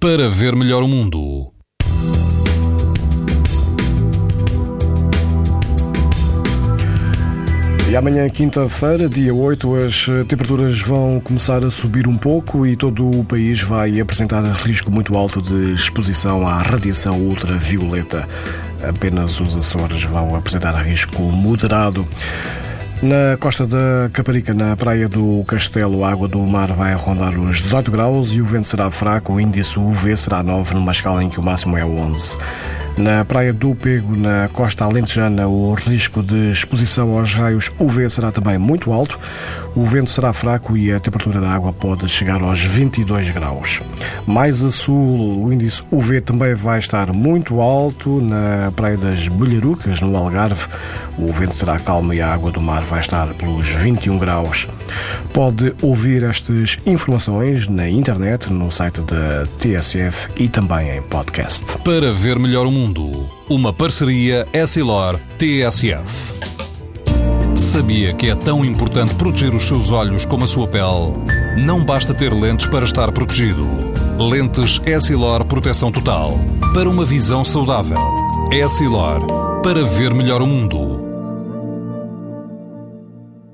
para ver melhor o mundo. E amanhã, quinta-feira, dia 8, as temperaturas vão começar a subir um pouco e todo o país vai apresentar risco muito alto de exposição à radiação ultravioleta. Apenas os Açores vão apresentar risco moderado. Na costa da Caparica, na praia do Castelo, a água do mar vai rondar os 18 graus e o vento será fraco. O índice UV será 9, numa escala em que o máximo é 11. Na praia do Pego, na costa alentejana, o risco de exposição aos raios UV será também muito alto. O vento será fraco e a temperatura da água pode chegar aos 22 graus. Mais a sul, o índice UV também vai estar muito alto. Na praia das Bolharucas, no Algarve, o vento será calmo e a água do mar vai estar pelos 21 graus. Pode ouvir estas informações na internet, no site da TSF e também em podcast. Para ver melhor o mundo, uma parceria Essilor-TSF. Sabia que é tão importante proteger os seus olhos como a sua pele? Não basta ter lentes para estar protegido. Lentes Essilor Proteção Total. Para uma visão saudável. Essilor. Para ver melhor o mundo.